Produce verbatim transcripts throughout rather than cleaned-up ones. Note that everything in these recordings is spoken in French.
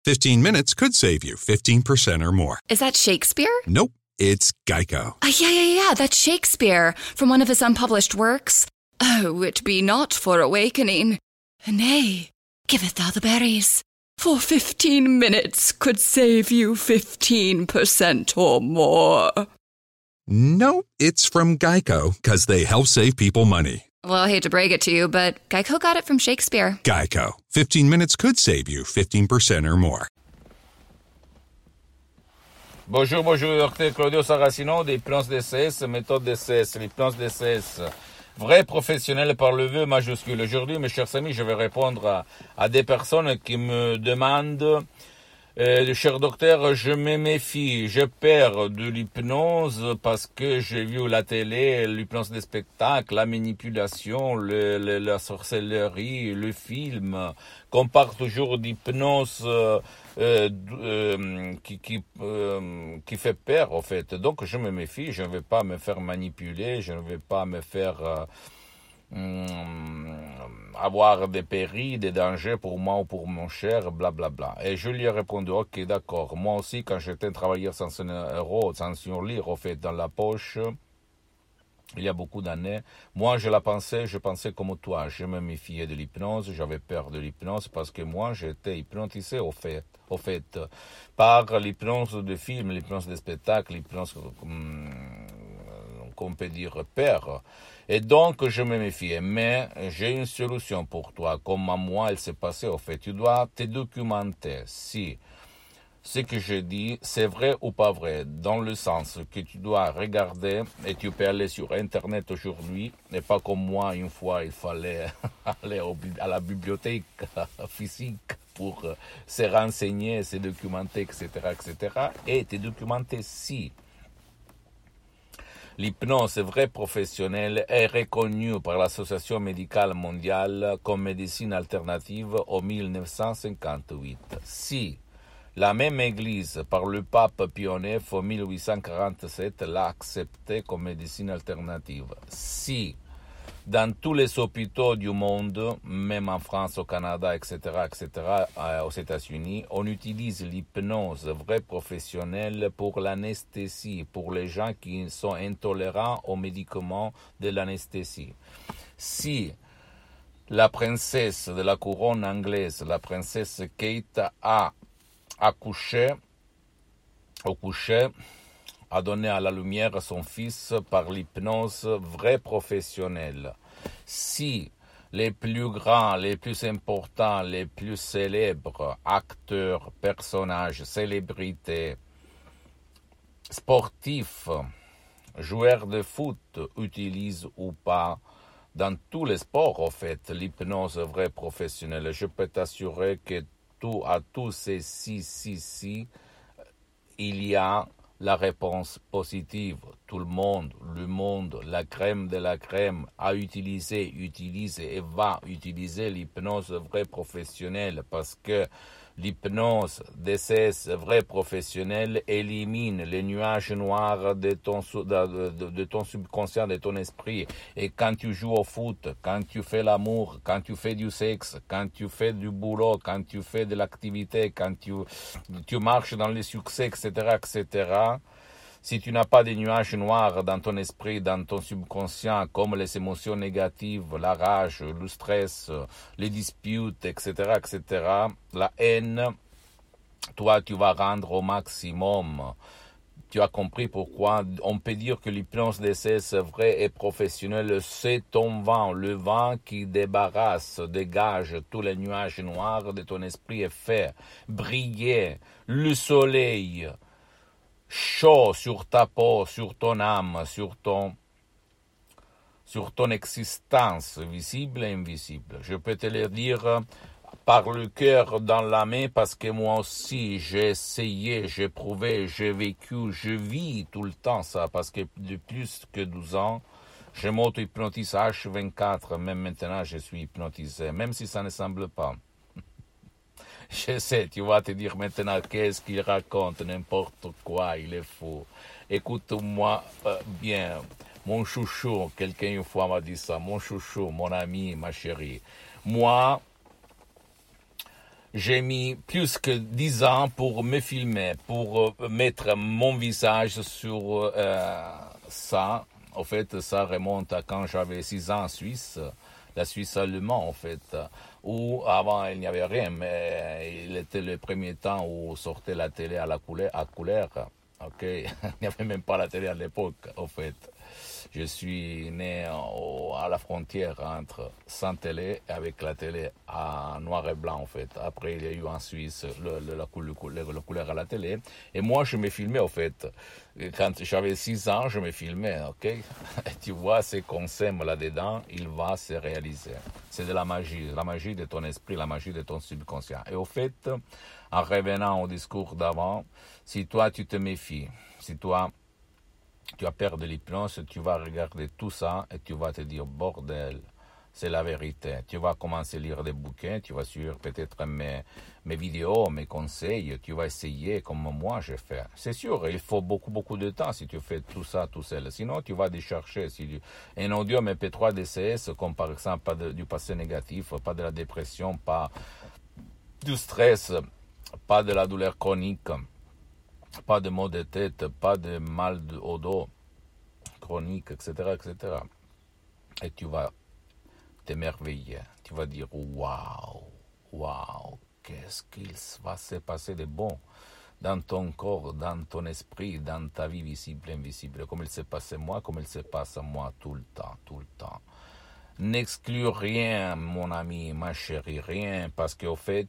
fifteen minutes could save you fifteen percent or more. Is that Shakespeare? Nope, it's Geico. Uh, yeah, yeah, yeah, that's Shakespeare, from one of his unpublished works. Oh, it be not for awakening. Nay, giveth thou the berries. For fifteen minutes could save you fifteen percent or more. Nope, it's from Geico, because they help save people money. Well, I hate to break it to you, but Geico got it from Shakespeare. Geico. fifteen minutes could save you fifteen percent or more. Bonjour, bonjour, docteur Claudio Saracino d'Hypnose D C S, méthode D C S, l'hypnose D C S. Vrai professionnel par le vœu majuscule. Aujourd'hui, mes chers amis, je vais répondre à, à des personnes qui me demandent euh, cher docteur, je me méfie, j'ai peur de l'hypnose parce que j'ai vu la télé, l'hypnose des spectacles, la manipulation, le, le, la sorcellerie, le film, qu'on parle toujours d'hypnose euh, euh, euh, qui, qui, euh, qui fait peur, en fait. Donc, je me méfie, je ne vais pas me faire manipuler, je ne vais pas me faire... Euh, Hum, avoir des périls, des dangers pour moi ou pour mon cher, blablabla. Et je lui ai répondu, ok, d'accord. Moi aussi, quand j'étais un travailleur sans un euro, sans un lire, au fait, dans la poche, il y a beaucoup d'années, moi, je la pensais, je pensais comme toi. Je me méfiais de l'hypnose, j'avais peur de l'hypnose parce que moi, j'étais hypnotisé, au fait, au fait, par l'hypnose de film, l'hypnose de spectacle, l'hypnose, hum, qu'on peut dire, peur. Et donc, je me méfiais. Mais j'ai une solution pour toi. Comme à moi, elle s'est passée, au fait. Tu dois te documenter si ce que je dis, c'est vrai ou pas vrai. Dans le sens que tu dois regarder, et tu peux aller sur Internet aujourd'hui, et pas comme moi, une fois, il fallait aller au, à la bibliothèque physique pour se renseigner, se documenter, et cetera, et cetera. Et te documenter si l'hypnose vraie professionnelle est reconnue par l'Association médicale mondiale comme médecine alternative en mille neuf cent cinquante-huit. Si la même Église, par le pape Pie neuf en mille huit cent quarante-sept, l'a acceptée comme médecine alternative. Si dans tous les hôpitaux du monde, même en France, au Canada, et cetera, et cetera, aux États-Unis, on utilise l'hypnose vraie professionnelle pour l'anesthésie, pour les gens qui sont intolérants aux médicaments de l'anesthésie. Si la princesse de la couronne anglaise, la princesse Kate, a accouché, au coucher, a donné à la lumière son fils par l'hypnose vraie professionnelle. Si les plus grands, les plus importants, les plus célèbres acteurs, personnages, célébrités, sportifs, joueurs de foot utilisent ou pas, dans tous les sports, en fait, l'hypnose vraie professionnelle, je peux t'assurer que tout, à tous ces si, si, si, il y a la réponse positive. Tout le monde, le monde, la crème de la crème a utilisé, utilise et va utiliser l'hypnose vraie professionnelle parce que l'hypnose D C S vraie professionnelle élimine les nuages noirs de ton, de, de, de ton subconscient, de ton esprit. Et quand tu joues au foot, quand tu fais l'amour, quand tu fais du sexe, quand tu fais du boulot, quand tu fais de l'activité, quand tu, tu marches dans le succès, et cetera, et cetera, si tu n'as pas de nuages noirs dans ton esprit, dans ton subconscient, comme les émotions négatives, la rage, le stress, les disputes, et cetera, et cetera, la haine, toi, tu vas rendre au maximum. Tu as compris pourquoi on peut dire que l'hypnose D C S vraie et professionnelle, c'est ton vent, le vent qui débarrasse, dégage tous les nuages noirs de ton esprit et fait briller le soleil chaud sur ta peau, sur ton âme, sur ton, sur ton existence, visible et invisible. Je peux te le dire par le cœur dans la main parce que moi aussi j'ai essayé, j'ai prouvé, j'ai vécu, je vis tout le temps ça parce que de plus que douze ans, je m'auto-hypnotise H vingt-quatre, même maintenant je suis hypnotisé, même si ça ne semble pas. Je sais, tu vas te dire maintenant qu'est-ce qu'il raconte, n'importe quoi, il est fou. Écoute-moi euh, bien, mon chouchou, quelqu'un une fois m'a dit ça, mon chouchou, mon ami, ma chérie. Moi, j'ai mis plus que dix ans pour me filmer, pour euh, mettre mon visage sur euh, ça. En fait, ça remonte à quand j'avais six ans en Suisse, la Suisse allemande, en fait, où avant il n'y avait rien, mais il était le premier temps où sortait la télé à la couleur, à couleur. Ok, il n'y avait même pas la télé à l'époque, en fait. Je suis né au, à la frontière entre sans télé et avec la télé en noir et blanc, en fait. Après, il y a eu en Suisse le, le, la, couleur, la couleur à la télé. Et moi, je me filmais, en fait. Quand j'avais six ans, je me filmais, ok? Et tu vois, ce qu'on sème là-dedans, il va se réaliser. C'est de la magie, la magie de ton esprit, la magie de ton subconscient. Et au fait, en revenant au discours d'avant, si toi, tu te méfies, si toi, tu as peur de l'hypnose, tu vas regarder tout ça et tu vas te dire, bordel, c'est la vérité. Tu vas commencer à lire des bouquins, tu vas suivre peut-être mes, mes vidéos, mes conseils, tu vas essayer comme moi je fais. C'est sûr, il faut beaucoup, beaucoup de temps si tu fais tout ça tout seul. Sinon, tu vas décharger si tu, un audio M P trois D C S, comme par exemple pas de, du passé négatif, pas de la dépression, pas du stress, pas de la douleur chronique, pas de maux de tête, pas de mal au dos chronique, et cetera, et cetera. Et tu vas t'émerveiller. Tu vas dire, waouh, waouh, qu'est-ce qu'il va se passer de bon dans ton corps, dans ton esprit, dans ta vie visible et invisible, comme il se passe à moi, comme il se passe à moi tout le temps, tout le temps. N'exclus rien, mon ami, ma chérie, rien, parce qu'au fait,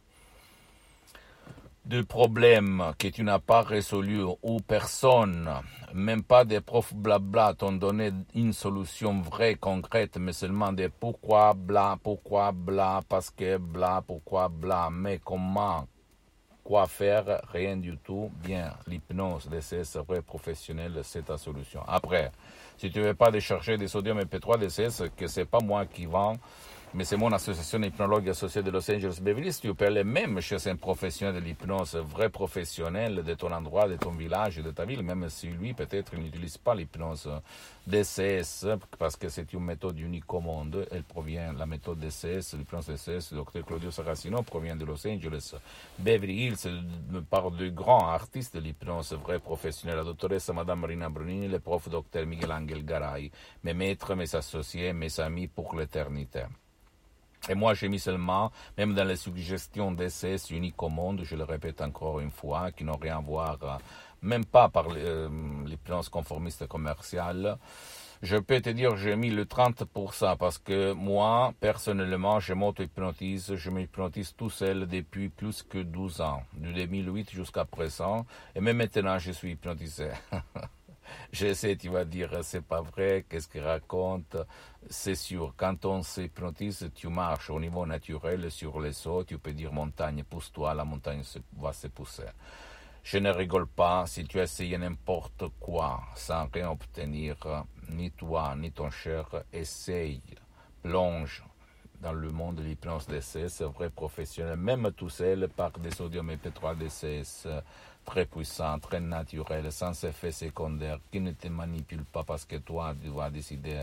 de problèmes que tu n'as pas résolus ou personne, même pas des profs blabla, t'ont donné une solution vraie, concrète, mais seulement des pourquoi bla, pourquoi bla, parce que bla, pourquoi bla, mais comment, quoi faire, rien du tout. Bien, l'hypnose, D C S vrai professionnel, c'est ta solution. Après, si tu ne veux pas décharger des sodium M P trois D C S, que c'est pas moi qui vends, mais c'est mon association d'hypnologue associée de Los Angeles Beverly Hills, tu peux aller même chez un professionnel de l'hypnose, vrai professionnel de ton endroit, de ton village, de ta ville, même si lui, peut-être, il n'utilise pas l'hypnose D C S, parce que c'est une méthode unique au monde. Elle provient, la méthode D C S, l'hypnose D C S, le docteur Claudio Saracino, provient de Los Angeles Beverly Hills, par de grands artistes de l'hypnose, vrai professionnel, la doctoresse Madame Marina Brunini, le prof docteur Miguel Angel Garay, mes maîtres, mes associés, mes amis pour l'éternité. Et moi, j'ai mis seulement, même dans les suggestions D C S uniques au monde, je le répète encore une fois, qui n'ont rien à voir, euh, même pas par euh, l'hypnose conformiste commerciale, je peux te dire, j'ai mis le trente pour cent parce que moi, personnellement, je m'auto-hypnotise, je m'hypnotise tout seul depuis plus que douze ans, de deux mille huit jusqu'à présent, et même maintenant, je suis hypnotisé. Je sais, tu vas dire, c'est pas vrai, qu'est-ce qu'il raconte? C'est sûr, quand on s'hypnotise, tu marches au niveau naturel sur les eaux, tu peux dire montagne, pousse-toi, la montagne va se pousser. Je ne rigole pas, si tu essayes n'importe quoi sans rien obtenir, ni toi, ni ton cher, essaye, plonge dans le monde de l'hypnose D C S, c'est vrai professionnel, même tout seul, par des sodium M P trois D C S, très puissant, très naturel, sans effet secondaire, qui ne te manipule pas parce que toi, tu vas décider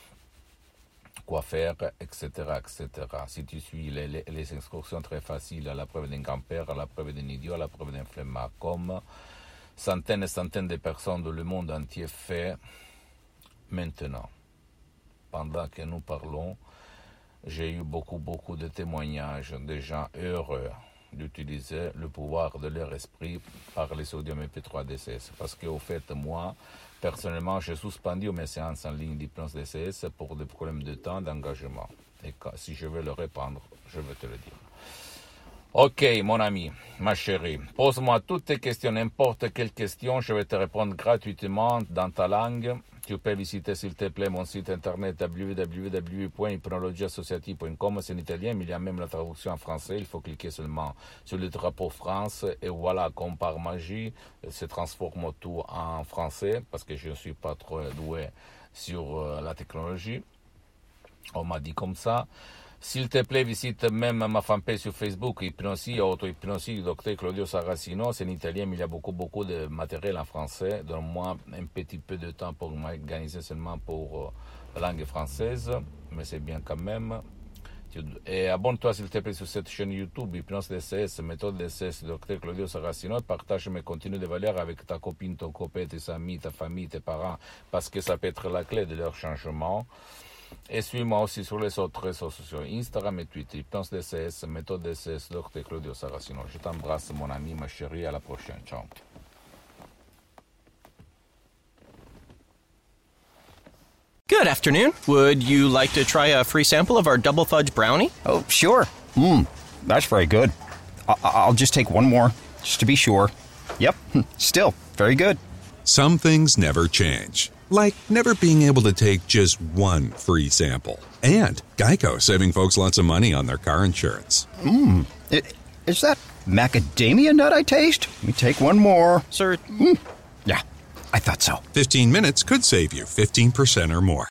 quoi faire, et cetera, et cetera. Si tu suis les, les, les instructions très faciles, à la preuve d'un grand-père, à la preuve d'un idiot, à la preuve d'un flemmard, comme centaines et centaines de personnes dans le monde entier font maintenant. Pendant que nous parlons, j'ai eu beaucoup, beaucoup de témoignages de gens heureux d'utiliser le pouvoir de leur esprit par les sodium M P trois D C S. Parce qu'au fait, moi, personnellement, j'ai suspendu mes séances en ligne d'hypnose D C S pour des problèmes de temps, d'engagement. Et quand, si je veux le répandre, je vais te le dire. Ok, mon ami, ma chérie, pose-moi toutes tes questions, n'importe quelle question, je vais te répondre gratuitement dans ta langue. Tu peux visiter, s'il te plaît, mon site internet w w w point hypnologie associative point com, c'est en italien, mais il y a même la traduction en français. Il faut cliquer seulement sur le drapeau France, et voilà, comme par magie, se transforme tout en français, parce que je ne suis pas trop doué sur euh, la technologie. On m'a dit comme ça. S'il te plaît, visite même ma fanpage sur Facebook, Hypnosie, Auto-Hypnosie, docteur Claudio Saracino. C'est en italien, mais il y a beaucoup, beaucoup de matériel en français. Donne-moi un petit peu de temps pour m'organiser seulement pour la langue française, mais c'est bien quand même. d'habitude. Et abonne-toi s'il te plaît sur cette chaîne YouTube, Hypnose D C S, méthode D C S, Docteur Claudio Saracino, et partage mes contenus de valeur avec ta copine, ton copain, tes amis, ta famille, tes parents, parce que ça peut être la clé de leur changement. Et suis-moi aussi sur les autres réseaux sociaux, Instagram et Twitter, Hypnose D C S, méthode D C S, Docteur Claudio Saracino. Je t'embrasse, mon ami, ma chérie, à la prochaine. Ciao. Good afternoon. Would you like to try a free sample of our double fudge brownie? Oh, sure. Mmm, that's very good. I- I'll just take one more, just to be sure. Yep, still very good. Some things never change, like never being able to take just one free sample. And Geico saving folks lots of money on their car insurance. Mmm, is that macadamia nut I taste? Let me take one more. Sir, Mm. Yeah, I thought so. fifteen minutes could save you fifteen percent or more.